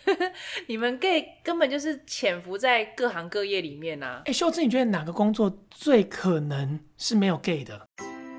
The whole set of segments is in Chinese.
你们 gay 根本就是潜伏在各行各业里面啊。 秀智，你觉得哪个工作最可能是没有 gay 的？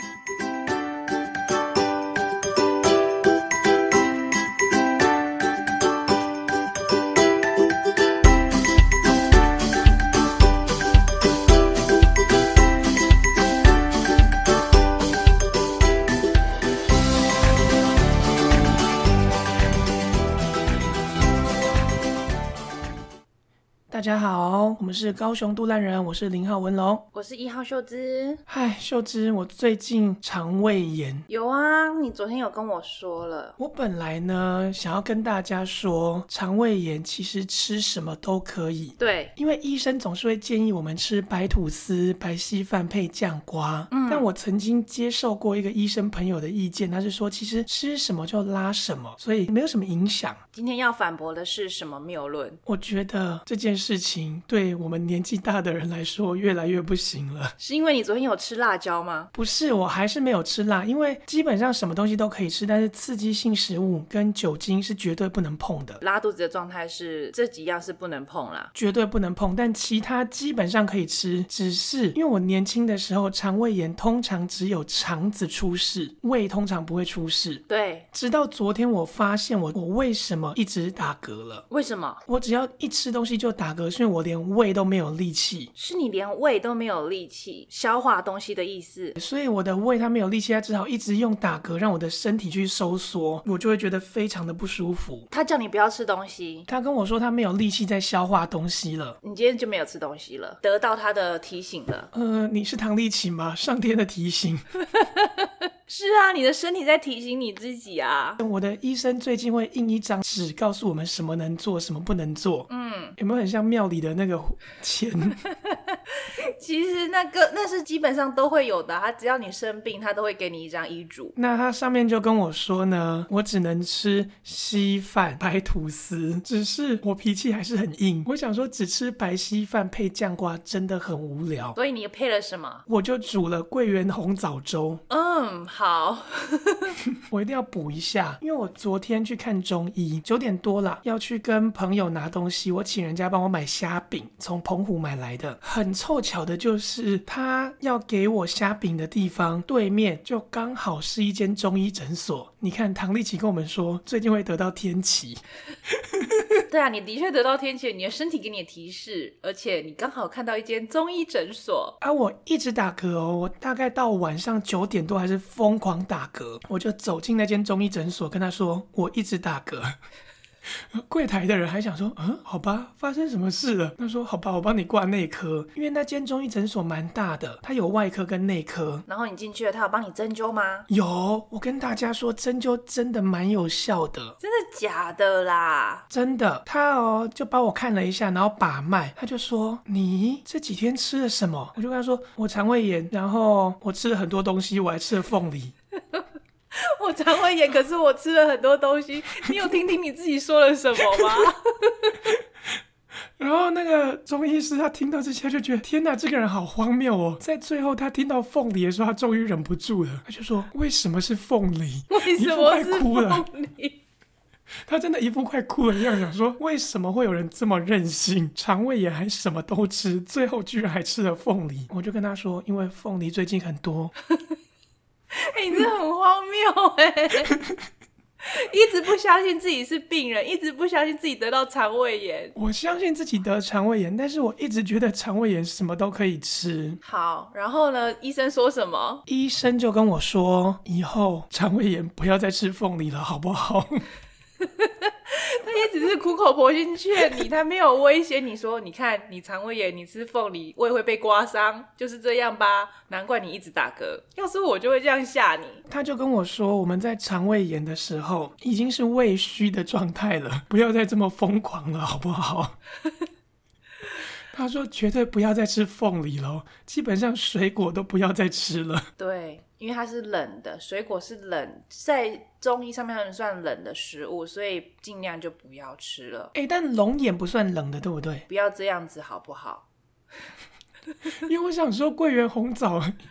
大家好，我们是高雄杜兰人，我是0号文龙， 我是1号秀芝。 嗨，秀芝，我最近肠胃炎。 有啊，你昨天有跟我说了。 我本来呢想要跟大家说，肠胃炎其实吃什么都可以。 对， 因为医生总是会建议我们吃白吐司、白稀饭配酱瓜。但我曾经接受过一个医生朋友的意见，他是说其实吃什么就拉什么，所以没有什么影响。 今天要反驳的是什么谬论？ 我觉得这件事情对我们年纪大的人来说越来越不行了。 是因为你昨天有吃辣椒吗？ 不是，我还是没有吃辣，因为基本上什么东西都可以吃，但是刺激性食物跟酒精是绝对不能碰的。 拉肚子的状态是这几样是不能碰啦， 绝对不能碰，但其他基本上可以吃，只是因为我年轻的时候肠胃炎通常只有肠子出事，胃通常不会出事。 对， 直到昨天我发现我为什么一直打嗝了。 为什么？ 我只要一吃东西就打嗝，是因为我连胃都没有力气。 是你连胃都没有力气消化东西的意思。 所以我的胃它没有力气，它只好一直用打嗝让我的身体去收缩，我就会觉得非常的不舒服。 他叫你不要吃东西， 他跟我说他没有力气再消化东西了。 你今天就没有吃东西了，得到他的提醒了。 你是唐立淇吗？上天的提醒。 是啊，你的身体在提醒你自己啊。 我的医生最近会印一张纸告诉我们什么能做什么不能做。有没有很像庙里的那个钱？ 其实那是基本上都会有的，他只要你生病他都会给你一张医嘱。 那他上面就跟我说呢，我只能吃稀饭白吐司，只是我脾气还是很硬，我想说只吃白稀饭配酱瓜真的很无聊， 所以你配了什么？ 我就煮了桂圆红枣粥。 好。 我一定要补一下，因为我昨天去看中医，9点多了，要去跟朋友拿东西，我请人家帮我买虾饼，从澎湖买来的。很凑巧的就是他要给我虾饼的地方对面就刚好是一间中医诊所。你看唐立淇跟我们说最近会得到天启。 对啊，你的确得到天启，你的身体给你的提示，而且你刚好看到一间中医诊所啊！我一直打嗝哦，我大概到晚上9点多还是疯狂打嗝，我就走进那间中医诊所跟他说我一直打嗝。柜台的人还想说好吧，发生什么事了？他说好吧，我帮你挂内科，因为那间中医诊所蛮大的，它有外科跟内科。 然后你进去了，他有帮你针灸吗？ 有，我跟大家说针灸真的蛮有效的。 真的假的啦？ 真的，他就帮我看了一下，然后把脉，他就说你这几天吃了什么？我就跟他说我肠胃炎，然后我吃了很多东西，我还吃了凤梨。 我肠胃炎，可是我吃了很多东西。你有听听你自己说了什么吗？ 然后那个中医师他听到这些就觉得天哪，这个人好荒谬哦。在最后他听到凤梨的时候，他终于忍不住了，他就说为什么是凤梨？ 为什么是凤梨？ 他真的一副快哭了一样，想说为什么会有人这么任性，肠胃炎还什么都吃，最后居然还吃了凤梨。我就跟他说因为凤梨最近很多。 你这很荒谬一直不相信自己是病人，一直不相信自己得到肠胃炎。 我相信自己得肠胃炎，但是我一直觉得肠胃炎什么都可以吃。 好，然后呢？医生说什么？ 医生就跟我说以后肠胃炎不要再吃凤梨了好不好？ 他也只是苦口婆心劝你，他没有威胁你说你看你肠胃炎你吃凤梨胃会被刮伤，就是这样吧，难怪你一直打嗝，要是我就会这样吓你。 他就跟我说我们在肠胃炎的时候已经是胃虚的状态了，不要再这么疯狂了好不好？他说绝对不要再吃凤梨了，基本上水果都不要再吃了。 对，因为它是冷的，水果是冷，在中医上面他们算冷的食物，所以尽量就不要吃了。 但龙眼不算冷的对不对？ 不要这样子好不好？ 因为我想说桂圆红枣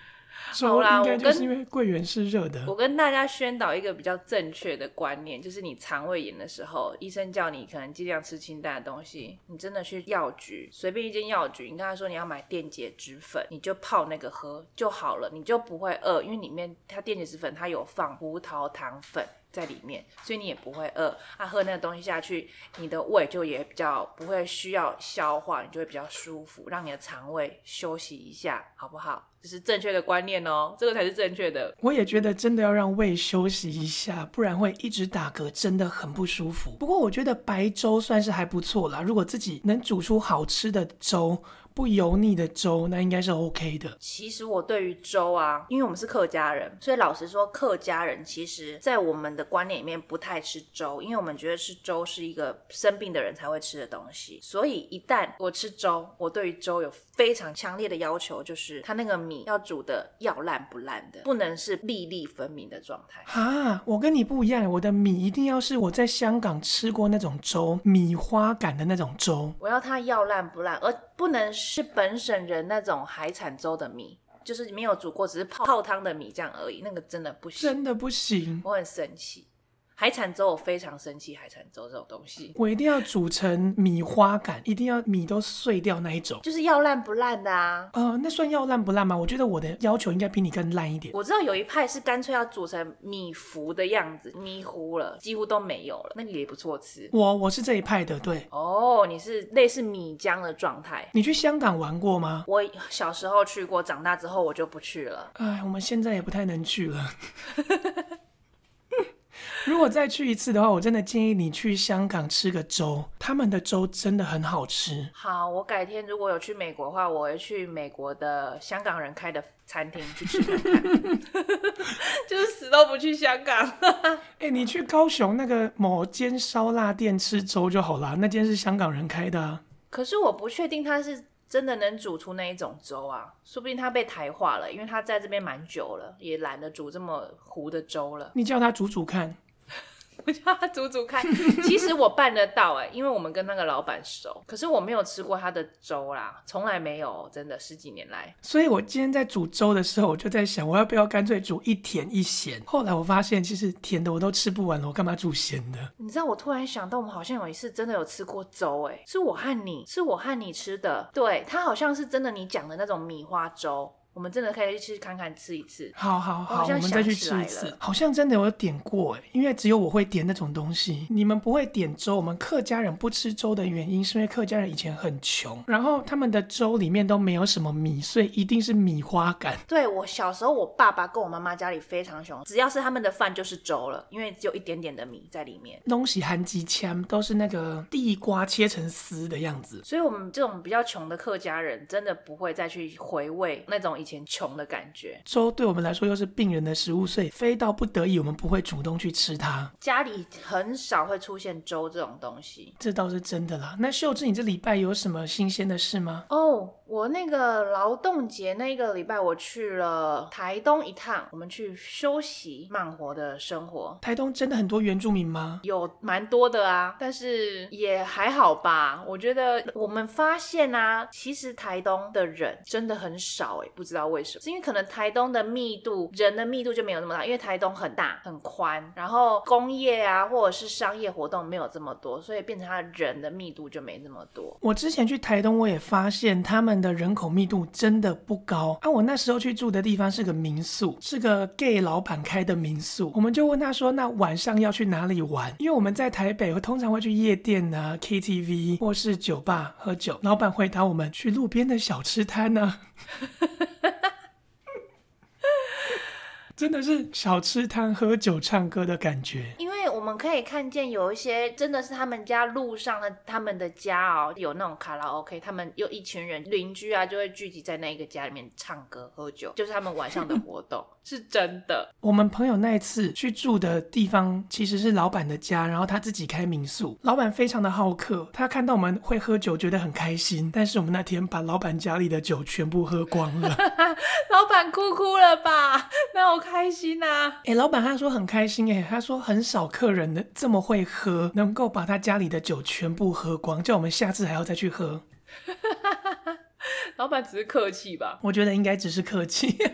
粥应该就是因为桂圆是热的。 我跟大家宣导一个比较正确的观念，就是你肠胃炎的时候，医生叫你可能尽量吃清淡的东西，你真的去药局，随便一间药局，你跟他说你要买电解质粉，你就泡那个喝就好了，你就不会饿，因为里面它电解质粉它有放葡萄糖粉在里面，所以你也不会饿。喝那个东西下去，你的胃就也比较不会需要消化，你就会比较舒服，让你的肠胃休息一下，好不好？这是正确的观念哦，这个才是正确的。 我也觉得真的要让胃休息一下，不然会一直打嗝，真的很不舒服。不过我觉得白粥算是还不错啦，如果自己能煮出好吃的粥，不油腻的粥，那应该是 OK 的。 其实我对于粥啊，因为我们是客家人，所以老实说，客家人其实在我们的观念里面不太吃粥，因为我们觉得吃粥是一个生病的人才会吃的东西。所以一旦我吃粥，我对于粥有非常强烈的要求，就是它那个米要煮的要烂不烂的，不能是粒粒分明的状态。 我跟你不一样，我的米一定要是我在香港吃过那种粥，米花感的那种粥， 我要它要烂不烂，而不能是本省人那种海产粥的米，就是没有煮过，只是泡汤的米这样而已，那个真的不行， 真的不行， 我很生气。海产粥我非常生气，海产粥这种东西我一定要煮成米花感，一定要米都碎掉那一种， 就是要烂不烂的啊。 那算要烂不烂吗？我觉得我的要求应该比你更烂一点。 我知道有一派是干脆要煮成米糊的样子，迷糊了，几乎都没有了，那个也不错吃。 我是这一派的，对。 你是类似米浆的状态。 你去香港玩过吗？ 我小时候去过，长大之后我就不去了。 我们现在也不太能去了。如果再去一次的话，我真的建议你去香港吃个粥，他们的粥真的很好吃。 好，我改天如果有去美国的话，我会去美国的香港人开的餐厅去吃看看。就是死都不去香港。 你去高雄那个某间烧腊店吃粥就好啦，那间是香港人开的啊。 可是我不确定他是真的能煮出那一种粥啊，说不定他被台化了，因为他在这边蛮久了，也懒得煮这么糊的粥了。 你叫他煮煮看。 我叫他煮煮看。其实我办得到因为我们跟那个老板熟，可是我没有吃过他的粥啦，从来没有，真的10几年来。 所以我今天在煮粥的时候，我就在想，我要不要干脆煮一甜一咸。后来我发现其实甜的我都吃不完了，我干嘛煮咸的？ 你知道我突然想到，我们好像有一次真的有吃过粥是我和你吃的。对，它好像是真的你讲的那种米花粥，我们真的可以去看看吃一次。 好，我们再去吃一次。好像真的有点过因为只有我会点那种东西，你们不会点粥。我们客家人不吃粥的原因是因为客家人以前很穷，然后他们的粥里面都没有什么米，所以一定是米花感。 对，我小时候我爸爸跟我妈妈家里非常穷，只要是他们的饭就是粥了，因为只有一点点的米在里面。 东西含鸡枪都是那个地瓜切成丝的样子， 所以我们这种比较穷的客家人真的不会再去回味那种以前穷的感觉。 粥对我们来说又是病人的食物，所以非到不得已我们不会主动去吃它。 家里很少会出现粥这种东西， 这倒是真的啦。那秀智，你这礼拜有什么新鲜的事吗？ 我那个劳动节那个礼拜我去了台东一趟，我们去休息慢活的生活。 台东真的很多原住民吗？ 有蛮多的啊，但是也还好吧。我觉得我们发现啊，其实台东的人真的很少不知道为什么，是因为可能台东的人的密度就没有那么大，因为台东很大很宽，然后工业啊或者是商业活动没有这么多，所以变成它的人的密度就没那么多。 我之前去台东我也发现他们的人口密度真的不高我那时候去住的地方是个民宿，是个 gay 老板开的民宿。我们就问他说，那晚上要去哪里玩？因为我们在台北通常会去夜店啊 KTV 或是酒吧喝酒，老板回答我们去路边的小吃摊啊。真的是小吃摊喝酒唱歌的感觉。 因为我们可以看见有一些真的是他们家路上的他们的家有那种卡拉 OK， 他们有一群人邻居啊就会聚集在那一个家里面唱歌喝酒，就是他们晚上的活动。是真的。 我们朋友那一次去住的地方其实是老板的家，然后他自己开民宿，老板非常的好客，他看到我们会喝酒觉得很开心，但是我们那天把老板家里的酒全部喝光了。 老板哭了吧？那我开心啊。 老板他说很开心他说很少客人这么会喝，能够把他家里的酒全部喝光，叫我们下次还要再去喝。 老板只是客气吧？ 我觉得应该只是客气。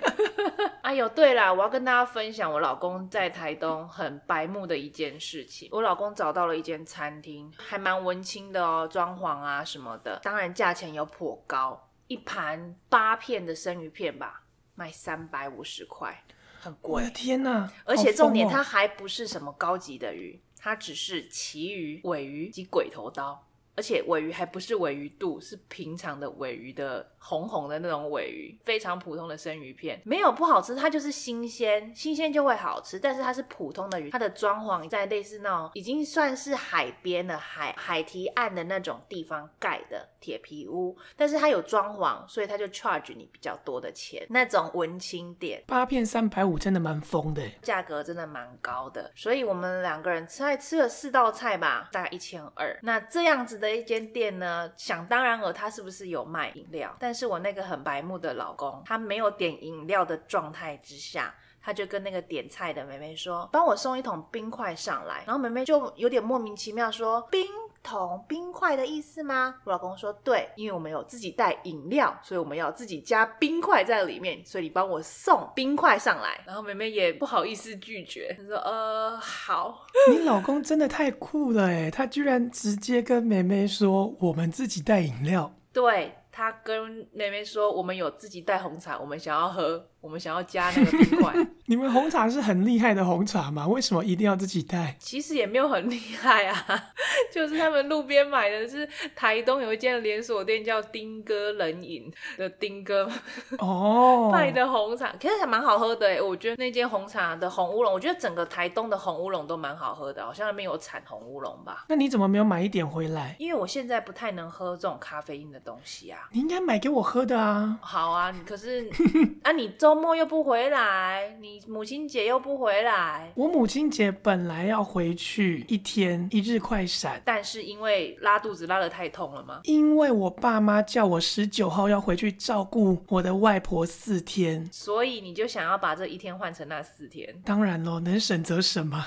哎呦，对啦，我要跟大家分享我老公在台东很白目的一件事情。我老公找到了一间餐厅，还蛮文青的哦，装潢啊什么的，当然价钱有颇高，一盘8片的生鱼片吧，卖350块，很贵。 我的天哪！ 而且重点， 好疯哦它还不是什么高级的鱼，它只是旗鱼、尾鱼及鬼头刀。而且尾鱼还不是尾鱼肚，是平常的尾鱼的红红的那种尾鱼，非常普通的生鱼片，没有不好吃，它就是新鲜，新鲜就会好吃。但是它是普通的鱼，它的装潢在类似那种已经算是海边的海堤岸的那种地方盖的铁皮屋，但是它有装潢，所以它就 charge 你比较多的钱，那种文青店。 8片350真的蛮疯的耶， 价格真的蛮高的，所以我们2个人吃了4道菜吧，大概1200。那这样子的一间店呢，想当然尔它是不是有卖饮料？但是我那个很白目的老公，他没有点饮料的状态之下，他就跟那个点菜的妹妹说，帮我送一桶冰块上来。然后妹妹就有点莫名其妙说，冰块的意思吗？我老公说对，因为我们有自己带饮料，所以我们要自己加冰块在里面，所以你帮我送冰块上来。然后妹妹也不好意思拒绝，她说好。 你老公真的太酷了耶，他居然直接跟妹妹说我们自己带饮料。 对，他跟妹妹说我们有自己带红茶，我们想要喝，我们想要加那个冰块。 你们红茶是很厉害的红茶吗？为什么一定要自己带？ 其实也没有很厉害啊，就是他们路边买的，是台东有一间连锁店叫丁哥冷饮的丁哥卖的红茶，其实还蛮好喝的耶。我觉得那间红茶的红乌龙，我觉得整个台东的红乌龙都蛮好喝的，好像那边有产红乌龙吧。 那你怎么没有买一点回来？ 因为我现在不太能喝这种咖啡因的东西啊。 你应该买给我喝的啊。 好啊，可是你周末又不回来，你母亲节又不回来。 我母亲节本来要回去1天1日快闪， 但是因为拉肚子拉得太痛了吗？ 因为我爸妈叫我19号要回去照顾我的外婆4天， 所以你就想要把这1天换成那4天。 当然咯，能省则省嘛。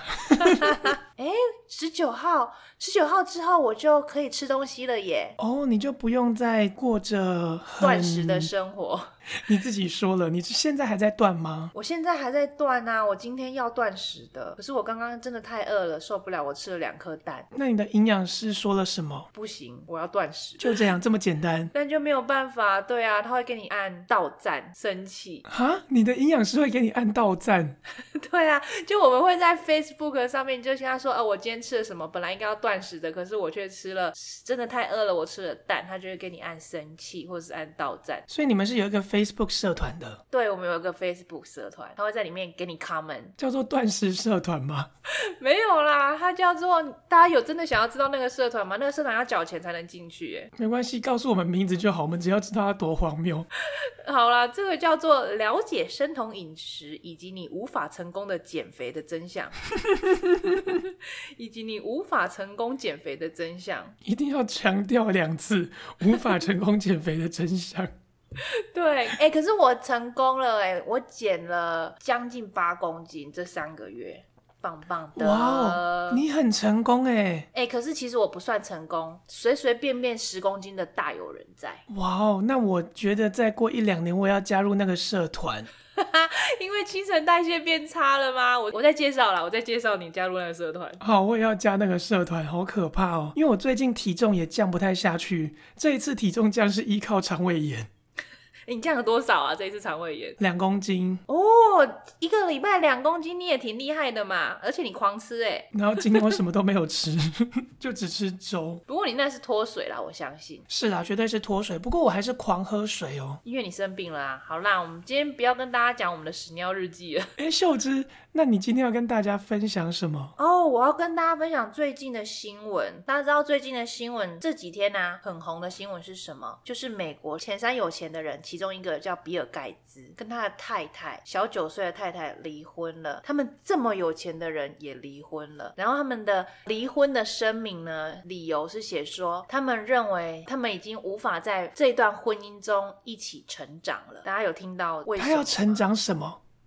19号之后我就可以吃东西了耶。 哦，你就不用再过着断食的生活。 你自己说了，你现在还在断吗？ 我现在还在断啊，我今天要断食的。可是我刚刚真的太饿了，受不了，我吃了2颗蛋。 那你的营养师说了什么？ 不行，我要断食。 就这样，这么简单。 但就没有办法，对啊，他会给你按到赞，生气。 哈，你的营养师会给你按到赞？ 对啊，就我们会在 Facebook 上面就跟他说，我今天吃了什么，本来应该要断食的，可是我却吃了，真的太饿了，我吃了蛋，他就会给你按生气或者是按到赞。 所以你们是有一个 Facebook 社团的？ 对，我们有一个 Facebook 社团，他会在里面给你 comment。 叫做断食社团吗？ 没有啦，它叫做，大家有真的想要知道那个社团吗？那个社团要缴钱才能进去耶。 没关系，告诉我们名字就好，我们只要知道它多荒谬。 好啦，这个叫做了解生酮饮食以及你无法成功的减肥的真相以及你无法成功减肥的真相， 一定要强调2次，无法成功减肥的真相。 对，可是我成功了我减了将近8公斤，这3个月，棒棒的。 哇哦，你很成功可是其实我不算成功，随随便便10公斤的大有人在。 哇哦，那我觉得再过1-2年我要加入那个社团。 因为新陈代谢变差了吗？我再介绍啦，我再介绍你加入那个社团。 好，我也要加那个社团，好可怕哦！因为我最近体重也降不太下去，这一次体重降是依靠肠胃炎。 你降了多少啊？这一次肠胃炎 2公斤哦，1个礼拜2公斤，你也挺厉害的嘛！而且你狂吃然后今天我什么都没有吃，就只吃粥。 不过你那是脱水啦，我相信。 是啦，绝对是脱水，不过我还是狂喝水哦。 因为你生病了啊。好啦，我们今天不要跟大家讲我们的屎尿日记了。 秀芝，那你今天要跟大家分享什么？ 我要跟大家分享最近的新闻。大家知道最近的新闻这几天啊，很红的新闻是什么？就是美国前3有钱的人，其中一个叫比尔盖茨，跟他的太太小9岁的太太离婚了。他们这么有钱的人也离婚了，然后他们的离婚的声明呢，理由是写说他们认为他们已经无法在这段婚姻中一起成长了。大家有听到为什么吗？ 他要成长什么？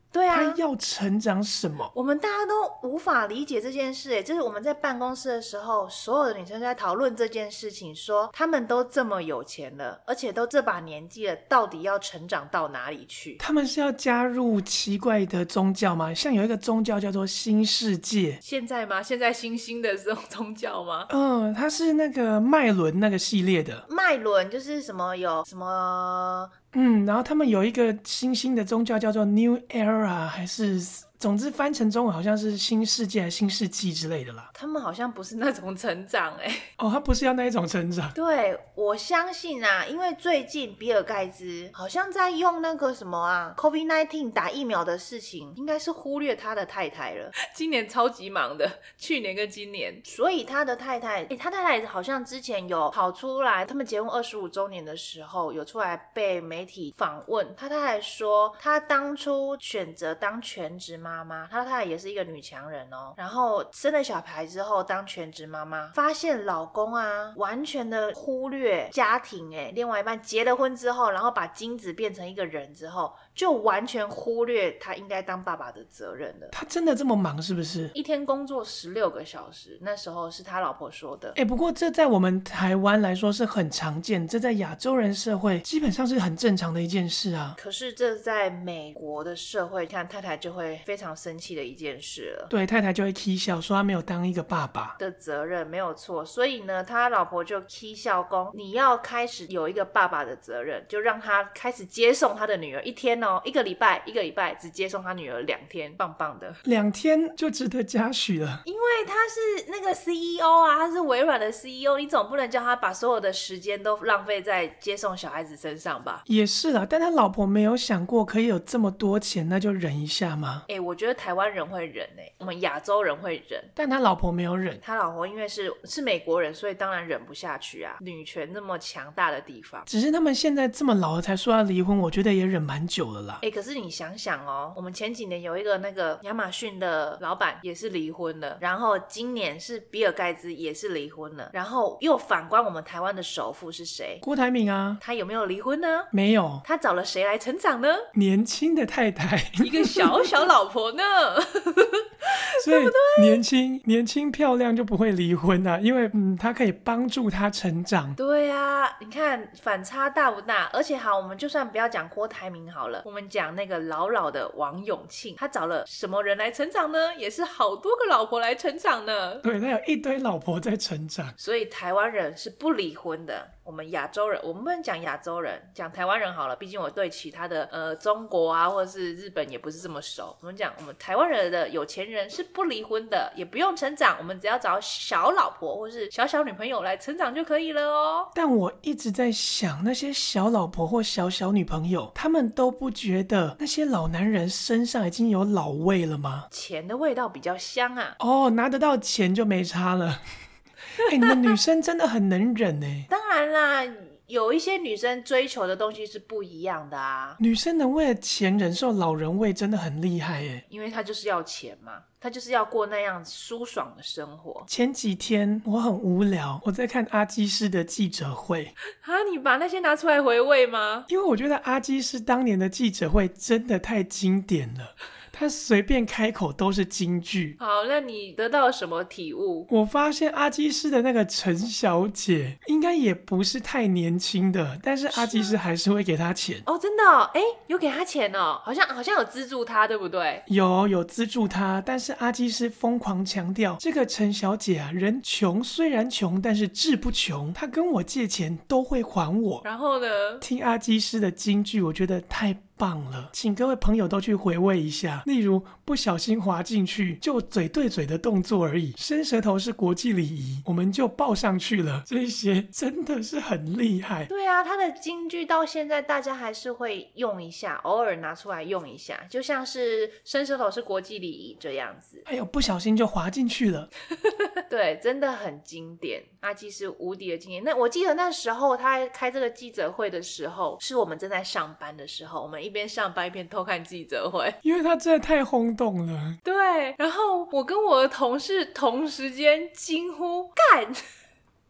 对啊， 他要成长什么？ 我们大家都无法理解这件事，就是我们在办公室的时候，所有的女生都在讨论这件事情，说她们都这么有钱了，而且都这把年纪了，到底要成长到哪里去？ 他们是要加入奇怪的宗教吗？像有一个宗教叫做新世界。 现在吗？现在新兴的这种宗教吗？ 它是那个麦伦那个系列的。 脉轮就是什么有什么然后他们有一个新兴的宗教叫做 New Era， 还是总之翻成中文好像是新世界还是新世纪之类的啦。 他们好像不是那种成长他不是要那一种成长。 对，我相信啊，因为最近比尔盖茨好像在用那个什么啊 COVID-19 打疫苗的事情，应该是忽略他的太太了。今年超级忙的，去年跟今年，所以他的太太他太太好像之前有跑出来，他们结婚25周年的时候有出来被媒体访问，他太太说他当初选择当全职妈妈，他太太也是一个女强人哦，然后生了小孩之后当全职妈妈，发现老公啊完全的忽略家庭另外一半结了婚之后，然后把精子变成一个人之后，就完全忽略他应该当爸爸的责任了。 他真的这么忙是不是？ 一天工作16个小时，那时候是他老婆说的。 不过这在我们台湾来说是很常见，这在亚洲人社会基本上是很正常的一件事啊。 可是这在美国的社会，看太太就会非常生气的一件事了。 对，太太就会起笑说他没有当一个爸爸的责任，没有错。所以呢，他老婆就起笑说，你要开始有一个爸爸的责任，就让他开始接送他的女儿，一天哦，一个礼拜只接送他女儿2天，棒棒的 ，2天就值得嘉许了。 因为他是那个 CEO 啊，他是微软的 CEO， 你总不能叫他把所有的时间都浪费在接送小孩子身上吧？ 也是啦，但他老婆没有想过可以有这么多钱，那就忍一下吗？ 我觉得台湾人会忍我们亚洲人会忍， 但他老婆没有忍。 他老婆因为是美国人，所以当然忍不下去啊，女权那么强大的地方。 只是他们现在这么老了才说要离婚，我觉得也忍蛮久了啦。 可是你想想哦，我们前几年有一个那个亚马逊的老板也是离婚了，然后今年是比尔盖茨也是离婚了，然后又反观我们台湾的首富是谁？ 郭台铭啊。 他有没有离婚呢？ 没有。 他找了谁来成长呢？ 年轻的太太。 一个小老婆呢。 所以年轻漂亮就不会离婚啊，因为他可以帮助他成长。 对啊，你看反差大不大？而且好，我们就算不要讲郭台铭好了，我们讲那个老的王永庆，他找了什么人来成长呢？也是好多个老婆来成长呢。 对，他有一堆老婆在成长。 所以台湾人是不离婚的。我们亚洲人，我们不能讲亚洲人，讲台湾人好了，毕竟我对其他的中国啊或者是日本也不是这么熟。我们讲我们台湾人的有钱人是不离婚的，也不用成长，我们只要找小老婆或是小女朋友来成长就可以了哦。 但我一直在想，那些小老婆或小女朋友，他们都不觉得那些老男人身上已经有老味了吗？ 钱的味道比较香啊。 拿得到钱就没差了。你们女生真的很能忍当然啦，有一些女生追求的东西是不一样的啊。 女生能为了钱忍受老人味真的很厉害因为她就是要钱嘛，她就是要过那样舒爽的生活。 前几天我很无聊，我在看阿基师的记者会你把那些拿出来回味吗？ 因为我觉得阿基师当年的记者会真的太经典了，他随便开口都是金句。 好，那你得到什么体悟？ 我发现阿基师的那个陈小姐应该也不是太年轻的，但是阿基师还是会给她钱。 真的哦，有给她钱哦，好像有资助她，对不对？ 有资助她，但是阿基师疯狂强调，这个陈小姐啊，人穷虽然穷，但是志不穷，她跟我借钱都会还我。 然后呢？ 听阿基师的金句，我觉得太棒了，请各位朋友都去回味一下。例如不小心滑进去，就嘴对嘴的动作而已，伸舌头是国际礼仪，我们就抱上去了，这些真的是很厉害。 对啊，他的金句到现在大家还是会用一下，偶尔拿出来用一下，就像是伸舌头是国际礼仪这样子。 不小心就滑进去了。 对，真的很经典，阿基是无敌的经典。那我记得那时候他开这个记者会的时候，是我们正在上班的时候，我们一边上班一边偷看记者会， 因为他真的太轰动了。 对，然后我跟我的同事同时间惊呼干，然后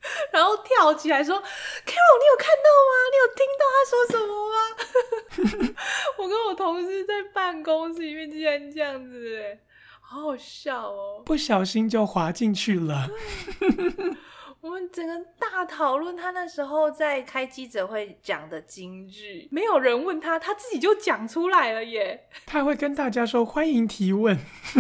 后跳起来说 Carol 你有看到吗？你有听到他说什么吗？我跟我同事在办公室里面竟然这样子耶，好好笑哦， 不小心就滑进去了。 我们整个大讨论他那时候在开记者会讲的金句，没有人问他，他自己就讲出来了耶。 他会跟大家说欢迎提问。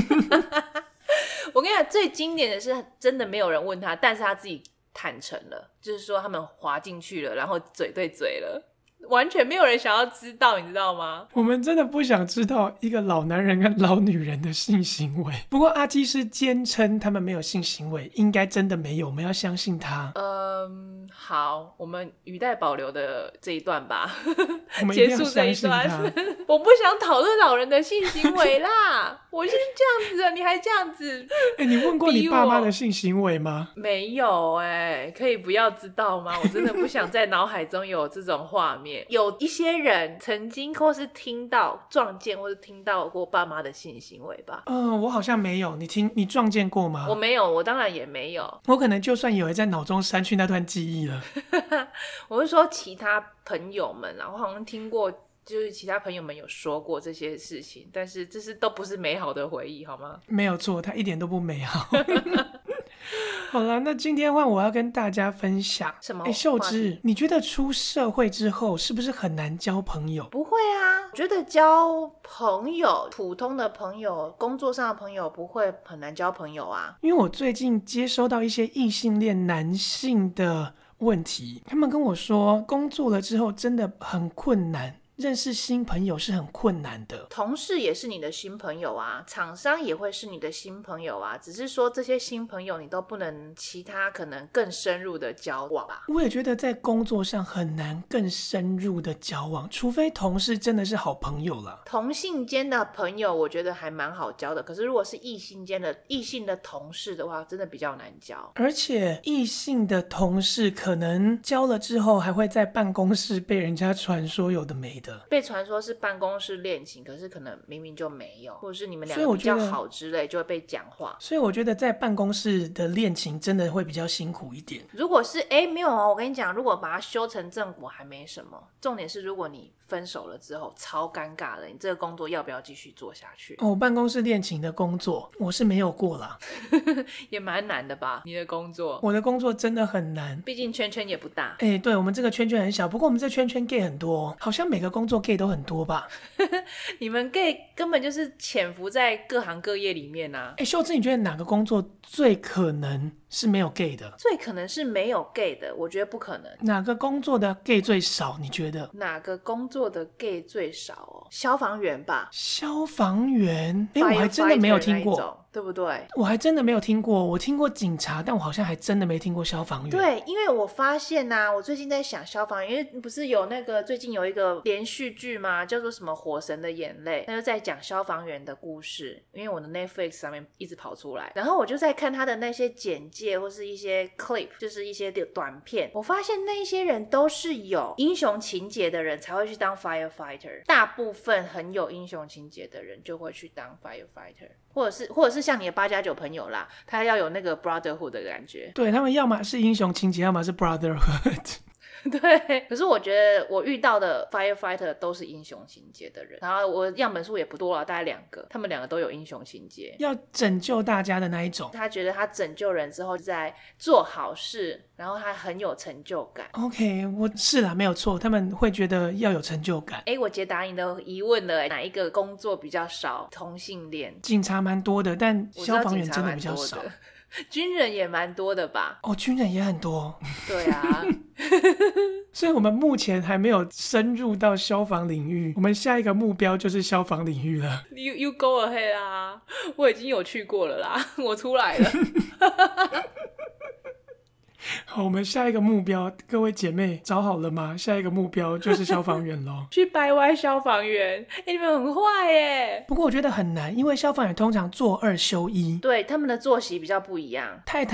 我跟你讲，最经典的是真的没有人问他，但是他自己坦诚了，就是说他们滑进去了，然后嘴对嘴了，完全没有人想要知道，你知道吗？ 我们真的不想知道一个老男人跟老女人的性行为。不过阿基师坚称他们没有性行为，应该真的没有，我们要相信他。 好，我们语带保留的这一段吧， 我们一定要结束这一相信段。 他。 我不想讨论老人的性行为啦，我就是这样子的，你还这样子。 你问过你爸妈的性行为吗？ 没有可以不要知道吗？我真的不想在脑海中有这种画面。有一些人曾经或是听到撞见或是听到过爸妈的性行为吧。 我好像没有。你撞见过吗？ 我没有，我当然也没有。 我可能就算有，也在脑中删去那段记忆了。 我是说其他朋友们啦，我好像听过，就是其他朋友们有说过这些事情，但是这都不是美好的回忆，好吗？ 没有错，它一点都不美好。好了，那今天换我要跟大家分享什么？ 秀芝，你觉得出社会之后是不是很难交朋友？ 不会啊，我觉得交朋友，普通的朋友，工作上的朋友不会很难交朋友啊。 因为我最近接收到一些异性恋男性的问题，他们跟我说，工作了之后真的很困难。认识新朋友是很困难的， 同事也是你的新朋友啊，厂商也会是你的新朋友啊，只是说这些新朋友你都不能其他可能更深入的交往吧。 我也觉得在工作上很难更深入的交往，除非同事真的是好朋友了。 同性间的朋友我觉得还蛮好交的，可是如果是异性的同事的话，真的比较难交。 而且异性的同事可能交了之后还会在办公室被人家传说有的没的， 被传说是办公室恋情，可是可能明明就没有，或者是你们两个比较好之类，就会被讲话。 所以我觉得在办公室的恋情真的会比较辛苦一点。 如果是没有我跟你讲，如果把它修成正果还没什么，重点是如果你分手了之后超尴尬的，你这个工作要不要继续做下去？ 办公室恋情的工作我是没有过啦。 也蛮难的吧？你的工作？ 我的工作真的很难， 毕竟圈圈也不大。 对，我们这个圈圈很小，不过我们这圈圈 gay 很多，好像每个工作 gay 都很多吧。 你们 gay 根本就是潜伏在各行各业里面啊。 秀芝，你觉得哪个工作最可能是没有 gay 的？ 最可能是没有 gay 的，我觉得不可能。 哪个工作的 gay 最少？你觉得哪个工作的 gay 最少？消防员吧。 消防员？我还真的没有听过， 对不对？ 我还真的没有听过。我听过警察，但我好像还真的没听过消防员。 对，因为我发现啊，我最近在想消防员，因为不是有那个最近有一个连续剧吗？叫做什么《火神的眼泪》，那就在讲消防员的故事。因为我的 Netflix 上面一直跑出来，然后我就在看他的那些简介或是一些 clip， 就是一些短片。我发现那些人都是有英雄情节的人才会去当 firefighter， 大部分很有英雄情节的人就会去当 firefighter， 或者是像你的8+9朋友啦，他要有那个 brotherhood 的感觉。 对，他们要么是英雄情节，要么是 brotherhood。 对，可是我觉得我遇到的 firefighter 都是英雄情节的人，然后我样本数也不多了，大概2个，他们2个都有英雄情节， 要拯救大家的那一种。 他觉得他拯救人之后在做好事，然后他很有成就感。 OK， 我是啦，没有错，他们会觉得要有成就感。 我解答你的疑问了，哪一个工作比较少同性恋？ 警察蛮多的，但消防员真的比较少。 军人也蛮多的吧？ 军人也很多。 对啊。 所以我们目前还没有深入到消防領域，我们下一个目标就是消防領域了。 You go ahead 啦，我已經有去過了啦，我出來了。 好，我们下一个目标，各位姐妹找好了吗？下一个目标就是消防员咯。 去掰歪消防员，你们很坏耶。 不过我觉得很难，因为消防员通常做2休1， 对，他们的作息比较不一样。 太太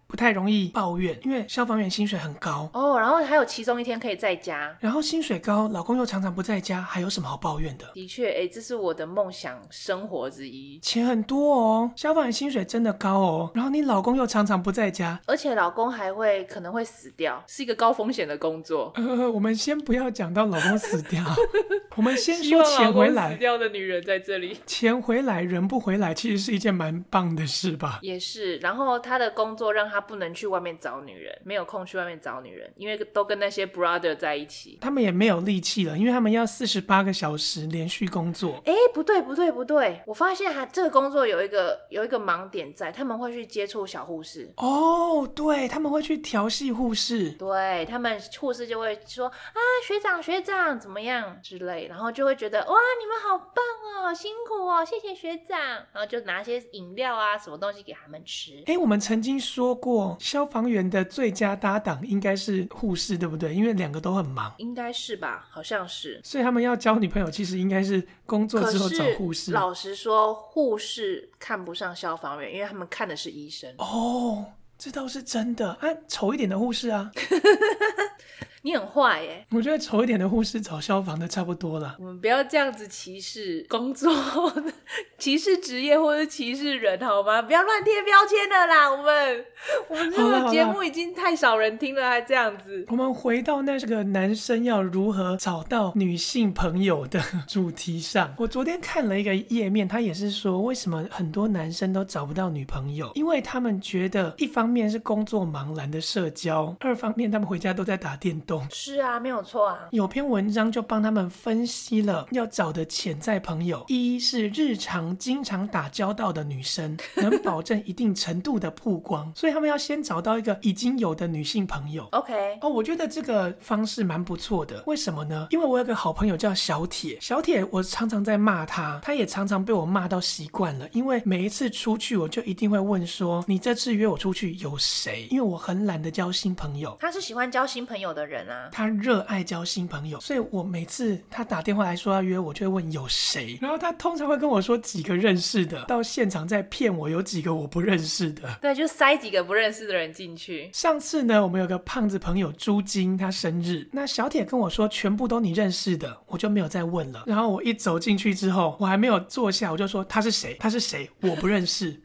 不太容易抱怨，因为消防员薪水很高哦，然后还有其中一天可以在家， 然后薪水高，老公又常常不在家，还有什么好抱怨的？ 的确，这是我的梦想生活之一。 钱很多哦，消防员薪水真的高哦，然后你老公又常常不在家， 而且老公还可能会死掉，是一个高风险的工作。 我们先不要讲到老公死掉，我们先说钱回希望老公来。 死掉的女人在这里， 钱回来人不回来，其实是一件蛮棒的事吧？ 也是。然后他的工作让他不能去外面找女人，没有空去外面找女人，因为都跟那些 brother 在一起。 他们也没有力气了，因为他们要48个小时连续工作。 不对，我发现这个工作有一个盲点在，他们会去接触小护士。 哦，对，他们会去调戏护士。 对，他们护士就会说啊，学长怎么样之类，然后就会觉得哇，你们好棒哦，辛苦哦，谢谢学长，然后就拿些饮料啊什么东西给他们吃。 我们曾经说过，消防员的最佳搭档应该是护士，对不对？因为两个都很忙， 应该是吧，好像是。 所以他们要交女朋友，其实应该是工作之后找护士。 老实说，护士看不上消防员，因为他们看的是医生。 哦，这倒是真的啊，丑一点的护士啊。 你很坏耶！ 我觉得丑一点的护士找消防的差不多了。 我们不要这样子歧视工作、歧视职业或者歧视人好吗？不要乱贴标签了啦！我们这个节目已经太少人听了，还这样子。 我们回到那个男生要如何找到女性朋友的主题上。我昨天看了一个页面，他也是说为什么很多男生都找不到女朋友，因为他们觉得一方面是工作忙懒的社交，二方面他们回家都在打电动。 是啊，没有错啊。 有篇文章就帮他们分析了要找的潜在朋友，一是日常经常打交道的女生，能保证一定程度的曝光，所以他们要先找到一个已经有的女性朋友。 OK， 我觉得这个方式蛮不错的。为什么呢？因为我有个好朋友叫小铁，小铁我常常在骂他，他也常常被我骂到习惯了，因为每一次出去我就一定会问说，你这次约我出去有谁？因为我很懒得交新朋友。 他是喜欢交新朋友的人啊， 他热爱交新朋友，所以我每次他打电话来说要约我，就会问有谁，然后他通常会跟我说几个认识的，到现场再骗我有几个我不认识的。 对，就塞几个不认识的人进去。 上次呢，我们有个胖子朋友朱金，他生日，那小铁跟我说全部都你认识的，我就没有再问了。然后我一走进去之后，我还没有坐下，我就说他是谁？他是谁？我不认识。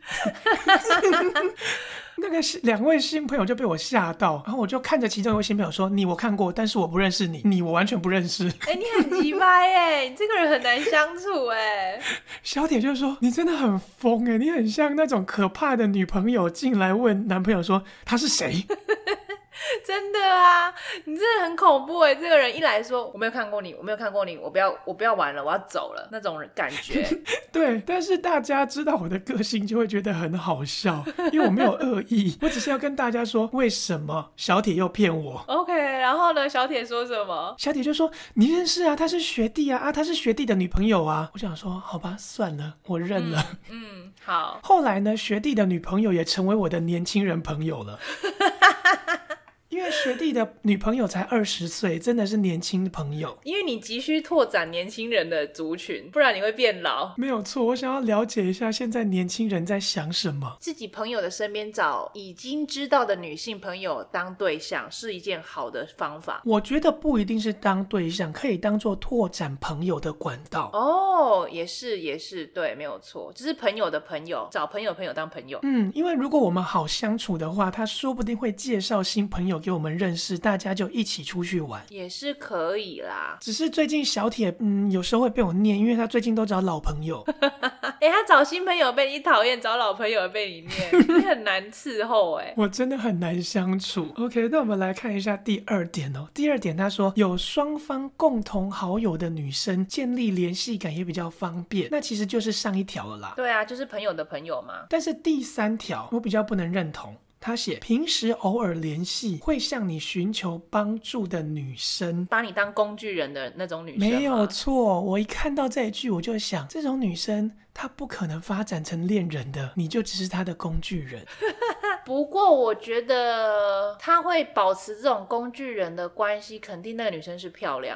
那个两位新朋友就被我吓到，然后我就看着其中一位新朋友说，你我看过，但是我不认识你，你我完全不认识。 你很鸡掰耶，你这个人很难相处耶。 小铁就说，你真的很疯耶，你很像那种可怕的女朋友进来问男朋友说他是谁。 真的啊，你真的很恐怖耶。这个人一来说我没有看过你，我不要玩了，我要走了，那种感觉。 对，但是大家知道我的个性就会觉得很好笑，因为我没有恶意，我只是要跟大家说为什么小铁又骗我。 OK， 然后呢，小铁说什么？ 小铁就说你认识啊，他是学弟啊，他是学弟的女朋友啊。我想说好吧，算了，我认了。 好。 后来呢，学弟的女朋友也成为我的年轻人朋友了。因为学弟的女朋友才20岁，真的是年轻朋友。 因为你急需拓展年轻人的族群，不然你会变老。 没有错，我想要了解一下现在年轻人在想什么。 自己朋友的身边找已经知道的女性朋友当对象是一件好的方法。 我觉得不一定是当对象，可以当做拓展朋友的管道。 也是，对，没有错，就是朋友的朋友，找朋友当朋友。 因为如果我们好相处的话，他说不定会介绍新朋友给我们认识，大家就一起出去玩， 也是可以啦。 只是最近小铁有时候会被我念，因为他最近都找老朋友。 他找新朋友被你讨厌，找老朋友被你念，你很难伺候我真的很难相处。 OK， 那我们来看一下第二点哦。第二点他说有双方共同好友的女生建立联系感也比较方便，那其实就是上一条了啦。 对啊，就是朋友的朋友嘛。 但是第3条我比较不能认同，他写平时偶尔联系会向你寻求帮助的女生， 把你当工具人的那种女生。 没有错，我一看到这一句我就想，这种女生她不可能发展成恋人的，你就只是她的工具人。 不过我觉得她会保持这种工具人的关系，肯定那个女生是漂亮的。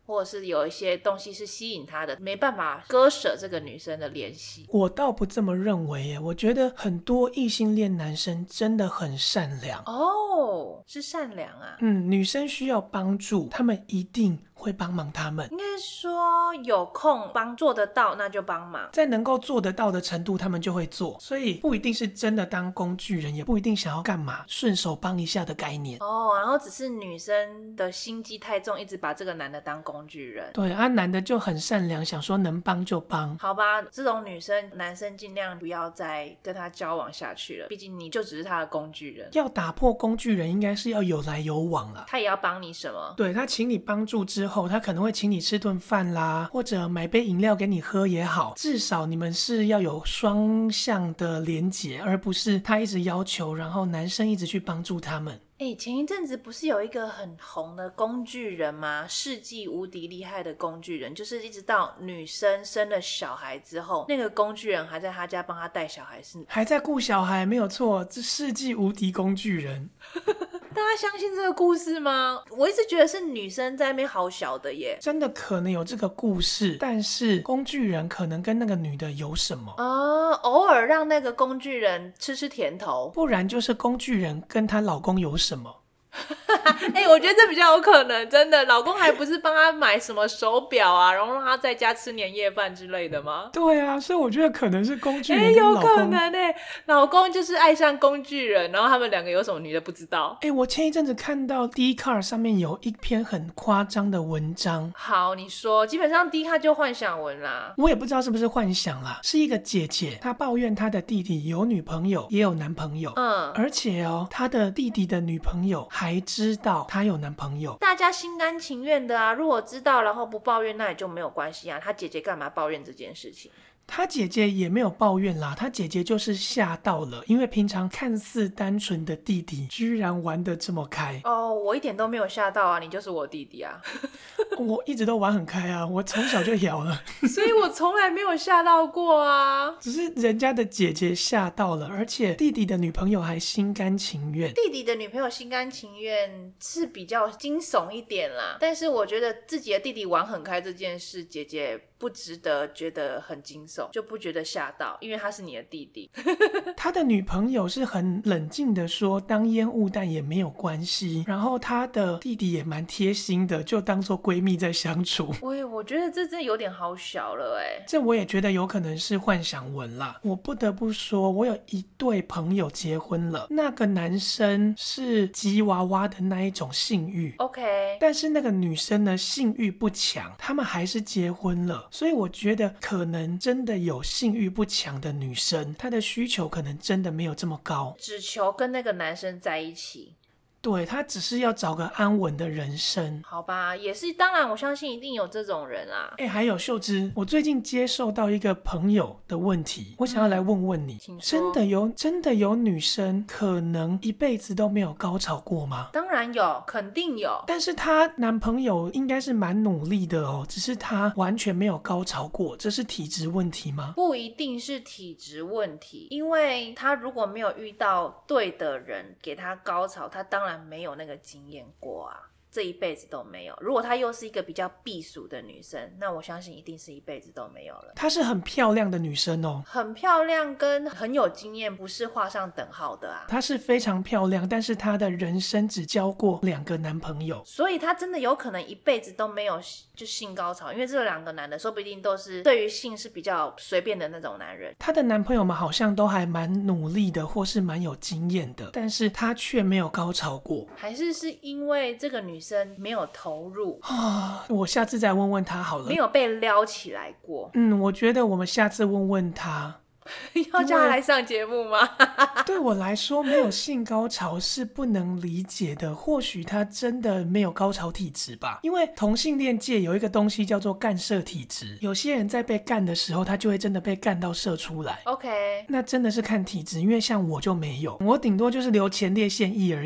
或者是有一些东西是吸引他的，没办法割舍这个女生的联系。 我倒不这么认为耶，我觉得很多异性恋男生真的很善良。 哦，是善良啊。 女生需要帮助，他们一定会帮忙他们。 应该说有空帮做得到那就帮忙， 在能够做得到的程度他们就会做，所以不一定是真的当工具人，也不一定想要干嘛，顺手帮一下的概念。 然后只是女生的心机太重，一直把这个男的当工具人。 对啊，男的就很善良，想说能帮就帮。 好吧，这种女生男生尽量不要再跟她交往下去了，毕竟你就只是他的工具人。 要打破工具人应该是要有来有往啦。 他也要帮你什么？ 对，他请你帮助之后，他可能会请你吃顿饭啦，或者买杯饮料给你喝也好，至少你们是要有双向的连结，而不是他一直要求，然后男生一直去帮助他们。 前一阵子不是有一个很红的工具人吗？世纪无敌厉害的工具人，就是一直到女生生了小孩之后，那个工具人还在他家帮他带小孩， 还在顾小孩，没有错，这世纪无敌工具人。 大家相信这个故事吗？我一直觉得是女生在那边好小的耶。 真的可能有这个故事，但是工具人可能跟那个女的有什么？ 偶尔让那个工具人吃吃甜头， 不然就是工具人跟她老公有什么？ 我觉得这比较有可能，真的，老公还不是帮他买什么手表啊，然后让他在家吃年夜饭之类的吗？ 对啊，所以我觉得可能是工具人跟老公。 有可能老公就是爱上工具人，然后他们两个有什么女的不知道。 我前一阵子看到 Dcard 上面有一篇很夸张的文章。 好，你说，基本上 Dcard 就幻想文啦。 我也不知道是不是幻想啦，是一个姐姐，她抱怨她的弟弟有女朋友也有男朋友，而且她的弟弟的女朋友还知道她有男朋友。 大家心甘情愿的啊，如果知道然后不抱怨，那也就没有关系啊。她姐姐干嘛抱怨这件事情？ 他姐姐也没有抱怨啦，他姐姐就是吓到了，因为平常看似单纯的弟弟居然玩得这么开。 我一点都没有吓到啊，你就是我弟弟啊。 我一直都玩很开啊，我从小就摇了。 所以我从来没有吓到过啊。 只是人家的姐姐吓到了，而且弟弟的女朋友还心甘情愿。 弟弟的女朋友心甘情愿是比较惊悚一点啦，但是我觉得自己的弟弟玩很开这件事，姐姐不值得觉得很惊悚，就不觉得吓到，因为他是你的弟弟。 他的女朋友是很冷静的说当烟雾弹也没有关系，然后他的弟弟也蛮贴心的，就当做闺蜜在相处。 我觉得这真的有点好小了这我也觉得有可能是幻想文啦。我不得不说，我有一对朋友结婚了，那个男生是吉娃娃的那一种性欲 OK， 但是那个女生呢性欲不强，他们还是结婚了。所以我觉得可能真的有性欲不强的女生，她的需求可能真的没有这么高， 只求跟那个男生在一起。 对，她只是要找个安稳的人生。 好吧，也是，当然我相信一定有这种人啦。 还有秀芝，我最近接受到一个朋友的问题，我想要来问问你，真的有女生可能一辈子都没有高潮过吗？ 当然有，肯定有。 但是她男朋友应该是蛮努力的哦，只是她完全没有高潮过，这是体质问题吗？ 不一定是体质问题，因为她如果没有遇到对的人给她高潮，她当然没有那个经验过啊，这一辈子都没有。如果她又是一个比较避暑的女生，那我相信一定是一辈子都没有了。 她是很漂亮的女生哦， 很漂亮跟很有经验不是画上等号的啊。 她是非常漂亮，但是她的人生只交过2个男朋友， 所以她真的有可能一辈子都没有就性高潮，因为这2个男的说不定都是对于性是比较随便的那种男人。 她的男朋友们好像都还蛮努力的，或是蛮有经验的，但是她却没有高潮过。 还是因为这个女生没有投入我下次再问问她好了， 没有被撩起来过。 我觉得我们下次问问她。 要叫她来上节目吗？ 对我来说，没有性高潮是不能理解的。或许她真的没有高潮体质吧，因为同性恋界有一个东西叫做干射体质，有些人在被干的时候，他就会真的被干到射出来。 OK， 那真的是看体质，因为像我就没有，我顶多就是留前列腺液而已。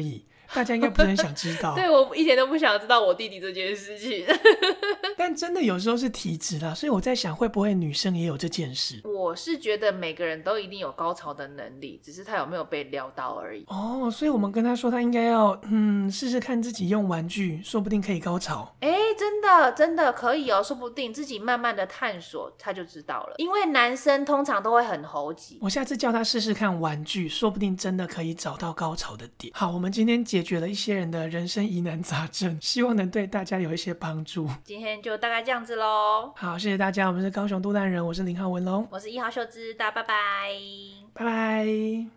大家应该不是很想知道。 对，我一点都不想知道我弟弟这件事情。 但真的有时候是体质啦，所以我在想会不会女生也有这件事。 我是觉得每个人都一定有高潮的能力，只是他有没有被撩到而已。 哦，所以我们跟他说他应该要试试看自己用玩具，说不定可以高潮。 真的可以哦，说不定自己慢慢的探索他就知道了。因为男生通常都会很猴急。 我下次叫他试试看玩具，说不定真的可以找到高潮的点。好，我们今天解决了一些人的人生疑难杂症，希望能对大家有一些帮助。 今天就大概这样子咯。 好，谢谢大家，我们是高雄杜兰人，我是林浩文龙， 我是1号秀芝，大家拜拜。 拜拜。